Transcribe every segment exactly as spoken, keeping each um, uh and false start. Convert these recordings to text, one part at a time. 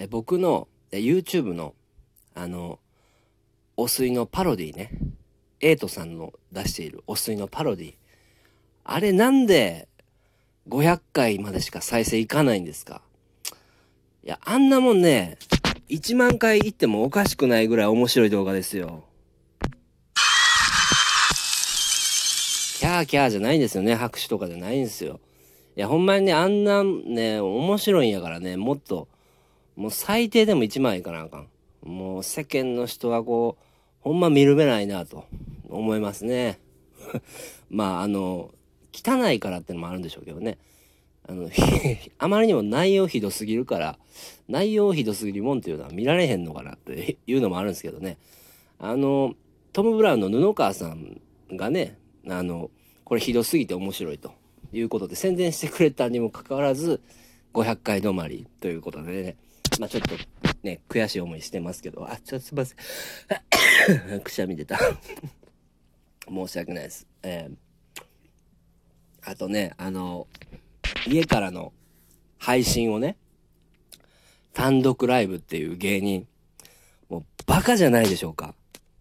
え僕のえ YouTube のあのお水のパロディね、エイトさんの出しているお水のパロディ、あれなんでごひゃっかいまでしか再生いかないんですか？いや、あんなもんね、いちまんかいいってもおかしくないぐらい面白い動画ですよ。キャーキャーじゃないんですよね。拍手とかじゃないんですよ。いや、ほんまにね、あんなね、面白いんやからね、もっと、もう最低でもいちまんいかなあかん。もう世間の人はこう、ほんま見る目ないなと思いますね。まあ、あの、汚いからってのもあるんでしょうけどね。あの、あまりにも内容ひどすぎるから、内容ひどすぎるもんっていうのは見られへんのかなっていうのもあるんですけどね。あの、トム・ブラウンの布川さんがね、あの、これひどすぎて面白いということで宣伝してくれたにもかかわらず、ごひゃっかい止まりということでね、まあちょっとね、悔しい思いしてますけど、あ、ちょっとすいません。くしゃみ出た。申し訳ないです。えー、あとね、あの、家からの配信をね、単独ライブっていう芸人、もうバカじゃないでしょうか。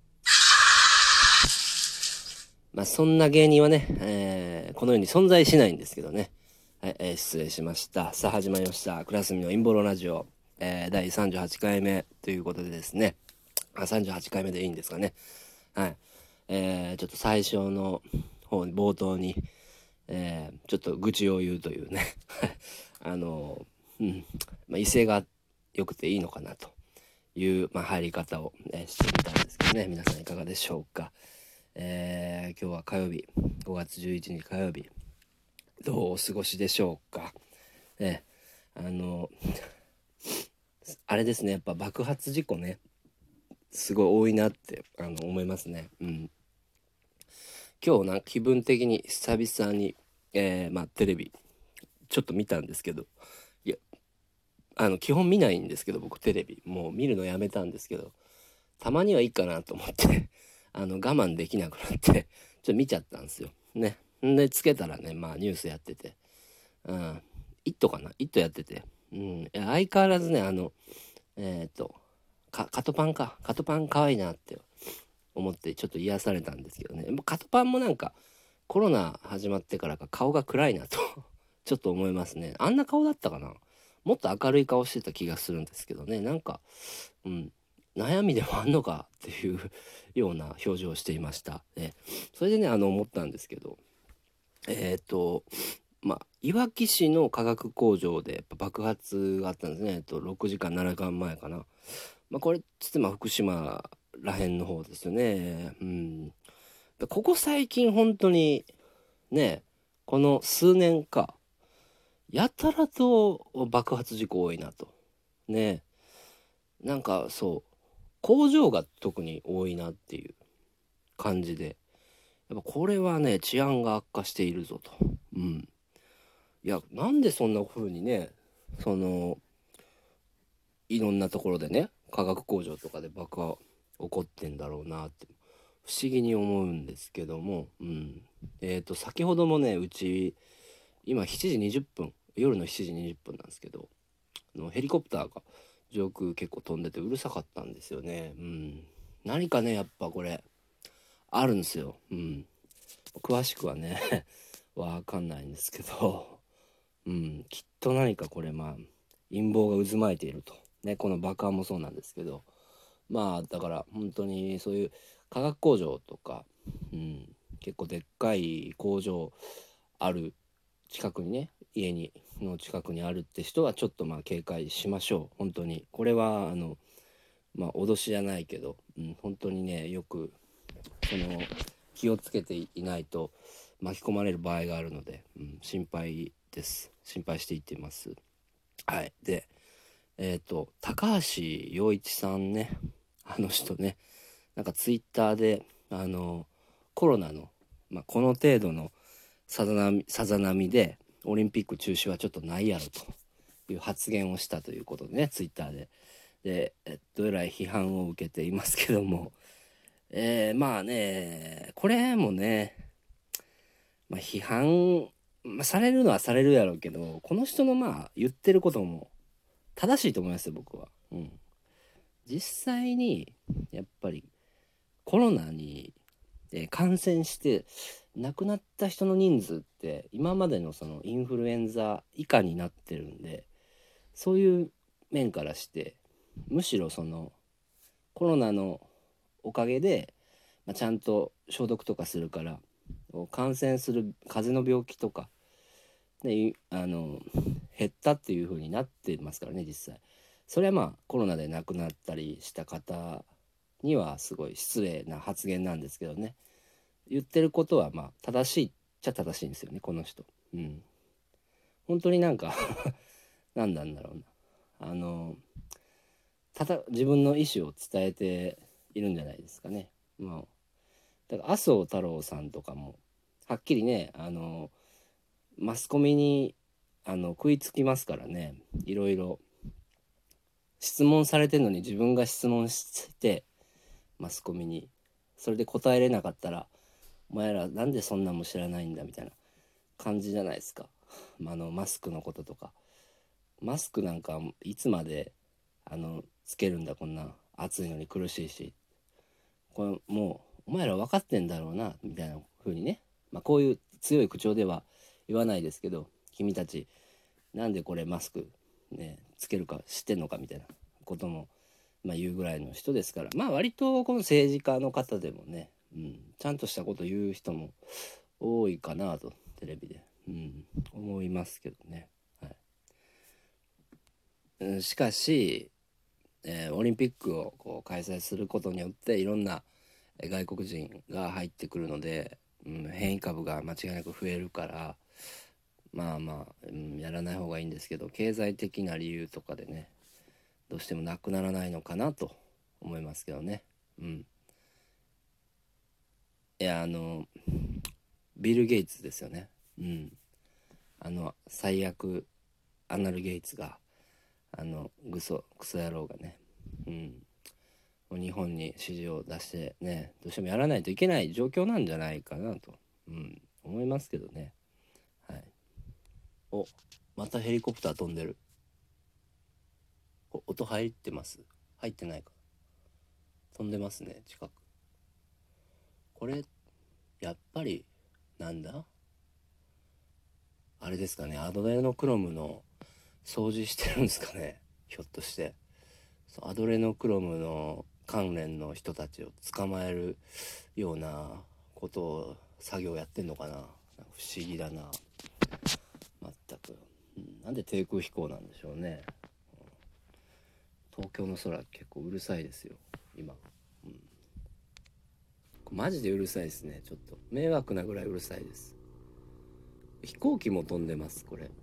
まあそんな芸人はね、えー、この世に存在しないんですけどね。はい、えー、失礼しました。さあ始まりました。クラスミの陰謀論ラジオ、えー、だいさんじゅうはちかいめということでですね。あ、さんじゅうはちかいめでいいんですかね。はい。えー、ちょっと最初の方に冒頭に、えー、ちょっと愚痴を言うというね。あの、うん、まあ威勢が良くていいのかなという、まあ、入り方を、えー、してみたんですけどね。皆さんいかがでしょうか。えー、今日は火曜日、ごがつじゅういちにち火曜日、どうお過ごしでしょうか。ね、あの、あれですね、やっぱ爆発事故ね、すごい多いなってあの思いますね。うん。今日なんか気分的に久々に、えー、まあテレビちょっと見たんですけど、いや、あの基本見ないんですけど、僕テレビもう見るのやめたんですけど、たまにはいいかなと思ってあの我慢できなくなってちょっと見ちゃったんですよね。んでつけたらね、まあニュースやってて、うん、イットかな、イットやってて、うん、相変わらずね、あのえっ、ー、とかカトパンかカトパン可愛いなって思ってちょっと癒されたんですけどね。カトパンもなんかコロナ始まってからか顔が暗いなとちょっと思いますね。あんな顔だったかな。もっと明るい顔してた気がするんですけどね。なんか、うん、悩みでもあんのかっていうような表情をしていました。ね、それでね、あの思ったんですけど、えっ、ー、とまあいわき市の化学工場でやっぱ爆発があったんですね。えっとろくじかんななじかんまえかな。まあこれつってまあ福島らへんの方ですよね。うん。ここ最近本当にね、この数年か、やたらと爆発事故多いなと。ね。なんかそう、工場が特に多いなっていう感じで、やっぱこれはね、治安が悪化しているぞと。うん。いや、なんでそんな風にね、その、いろんなところでね、化学工場とかで爆破起こってんだろうなって不思議に思うんですけども、うん、えっ、ー、と先ほどもね、うち今しちじにじゅっぷん、夜のしちじにじゅっぷんなんですけど、あのヘリコプターが上空結構飛んでてうるさかったんですよね。うん、何かね、やっぱこれあるんですよ。うん、詳しくはねわかんないんですけど、うん、きっと何かこれまあ陰謀が渦巻いているとね、この爆破もそうなんですけど、まあだから本当にそういう化学工場とか、うん、結構でっかい工場ある近くにね、家にの近くにあるって人はちょっとまあ警戒しましょう。本当にこれはあのまあ脅しじゃないけど、うん、本当にね、よくその気をつけていないと巻き込まれる場合があるので、うん、心配です。心配していっています。はい。で、えっと高橋陽一さんね、あの人ね、なんかツイッターであのコロナの、まあ、この程度のさざ波さざ波でオリンピック中止はちょっとないやろという発言をしたということでね、ツイッターででえっとえらい批判を受けていますけども、えー、まあね、これもね、まあ、批判、まあ、されるのはされるやろうけど、この人のまあ言ってることも正しいと思いますよ僕は。うん、実際にやっぱりコロナに、えー感染して亡くなった人の人数って今までのそのインフルエンザ以下になってるんで、そういう面からしてむしろそのコロナのおかげで、まあ、ちゃんと消毒とかするから感染する風邪の病気とか、ね、あの減ったっていう風になってますからね実際。それはまあコロナで亡くなったりした方にはすごい失礼な発言なんですけどね、言ってることはまあ正しいっちゃ正しいんですよねこの人。うん、本当になんか何なんだろうな、あのただ自分の意思を伝えているんじゃないですかね。まあだから麻生太郎さんとかもはっきりね、あのマスコミにあの食いつきますからね。いろいろ質問されてるのに自分が質問してマスコミにそれで答えれなかったらお前らなんでそんなんも知らないんだみたいな感じじゃないですか。あのマスクのこととか、マスクなんかいつまであのつけるんだ、こんな暑いのに苦しいし、これもうお前ら分かってんだろうなみたいな風にね、まあ、こういう強い口調では言わないですけど、君たちなんでこれマスクねつけるか知ってんのかみたいなことも、まあ、言うぐらいの人ですから、まあ割とこの政治家の方でもね、うん、ちゃんとしたこと言う人も多いかなとテレビで、うん、思いますけどね。はい、うん、しかし、えーオリンピックをこう開催することによっていろんな外国人が入ってくるので、うん、変異株が間違いなく増えるから、まあまあ、うん、やらない方がいいんですけど、経済的な理由とかでねどうしてもなくならないのかなと思いますけどね。うん、いやあのビル・ゲイツですよね。うん、あの最悪アナル・ゲイツがあのグソクソ野郎がね、うん、日本に指示を出してね、どうしてもやらないといけない状況なんじゃないかなと、うん、思いますけどね。はい、お、またヘリコプター飛んでる。音入ってます？入ってないか。飛んでますね近く。これやっぱりなんだ、あれですかね、アドレノクロムの掃除してるんですかね、ひょっとして。アドレノクロムの関連の人たちを捕まえるようなことを作業やってんのかな。なんか不思議だな全く、うん、なんで低空飛行なんでしょうね。東京の空結構うるさいですよ今、うん、マジでうるさいですね。ちょっと迷惑なぐらいうるさいです。飛行機も飛んでますこれ。う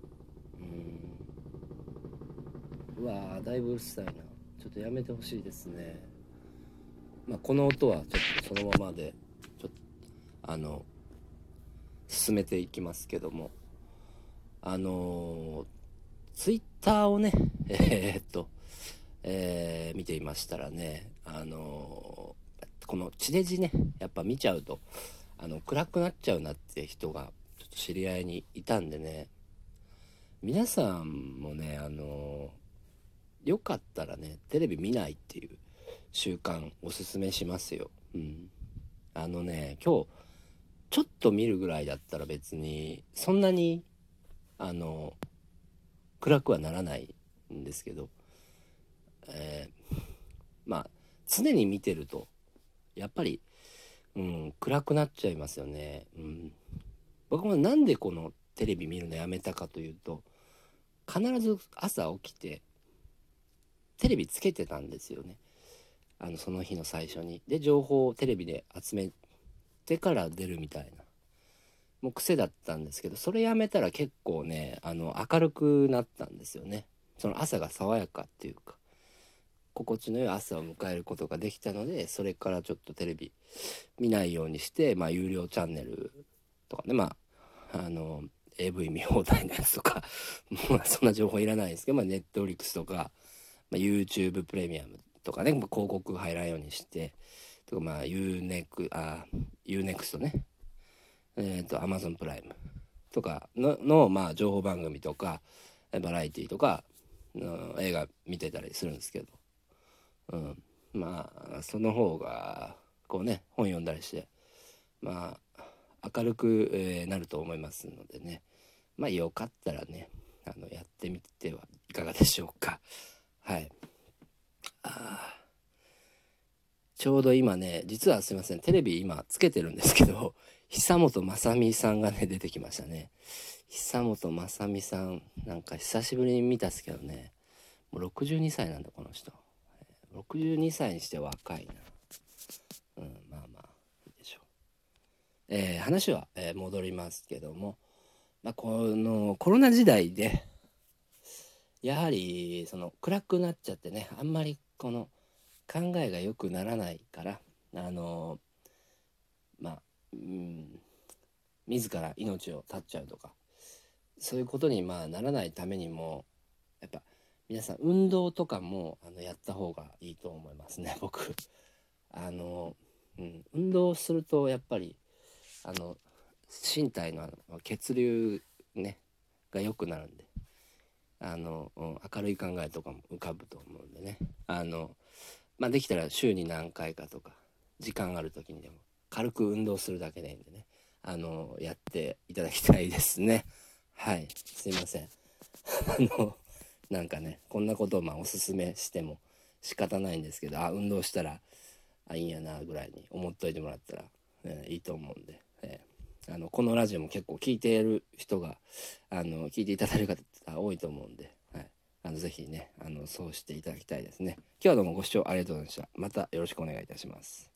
ーん、うわーだいぶうるさいな。ちょっとやめてほしいですね。まあこの音はちょっとそのままでちょっとあの進めていきますけども、あのー、ツイッターをねえー、っと、えー、見ていましたらね、あのー、この地デジねやっぱ見ちゃうとあの暗くなっちゃうなって人がちょっと知り合いにいたんでね、皆さんもね、あのー、よかったらねテレビ見ないっていう習慣おすすめしますよ。うん、あのね今日ちょっと見るぐらいだったら別にそんなにあの暗くはならないんですけど、えー、まあ常に見てるとやっぱり、うん、暗くなっちゃいますよね。うん、僕もなんでこのテレビ見るのやめたかというと、必ず朝起きてテレビつけてたんですよね。あのその日の最初にで情報をテレビで集めてから出るみたいな、もう癖だったんですけど、それやめたら結構ねあの明るくなったんですよね。その朝が爽やかっていうか心地の良い朝を迎えることができたので、それからちょっとテレビ見ないようにして、まあ有料チャンネルとかね、まああの エーブイ 見放題のやつとかもうそんな情報いらないですけど、まあ、ネットフリックスとか、まあ、YouTube プレミアムとかね、まあ、広告入らんようにしてとか、まあ ユーネク あ ユーネクスト ね、えっと Amazon プライムとかのの、まあ、情報番組とかバラエティとかの映画見てたりするんですけど、うん、まあその方がこうね本読んだりしてまあ明るく、えーなると思いますのでね、まあよかったらねあのやってみてはいかがでしょうか。はい。あちょうど今ね、実はすいません、テレビ今つけてるんですけど、久本雅美さんがね、出てきましたね。久本雅美さん、なんか久しぶりに見たっすけどね、もうろくじゅうにさいなんだ、この人。ろくじゅうにさいにして若いな。うん、まあまあ、いいでしょう。えー話は、えー戻りますけども、まあ、このコロナ時代で、やはり、その、暗くなっちゃってね、あんまりこの、考えが良くならないから、あのまあ、うん、自ら命を絶っちゃうとかそういうことにまあならないためにもやっぱ皆さん運動とかもあのやった方がいいと思いますね僕。あの、うん、運動するとやっぱりあの身体のあの血流ねが良くなるんであの、うん、明るい考えとかも浮かぶと思うんでねあの、まあ、できたら週に何回かとか時間ある時にでも軽く運動するだけでいいんでねあのやっていただきたいですね。はいすいませんあのなんかねこんなことをまあおすすめしても仕方ないんですけどあ運動したらあいいんやなぐらいに思っといてもらったら、えーいいと思うんで、えーあのこのラジオも結構聞いている人があの聞いていただける方多いと思うんで、はい、あのぜひねあのそうしていただきたいですね。今日はどうもご視聴ありがとうございました。またよろしくお願いいたします。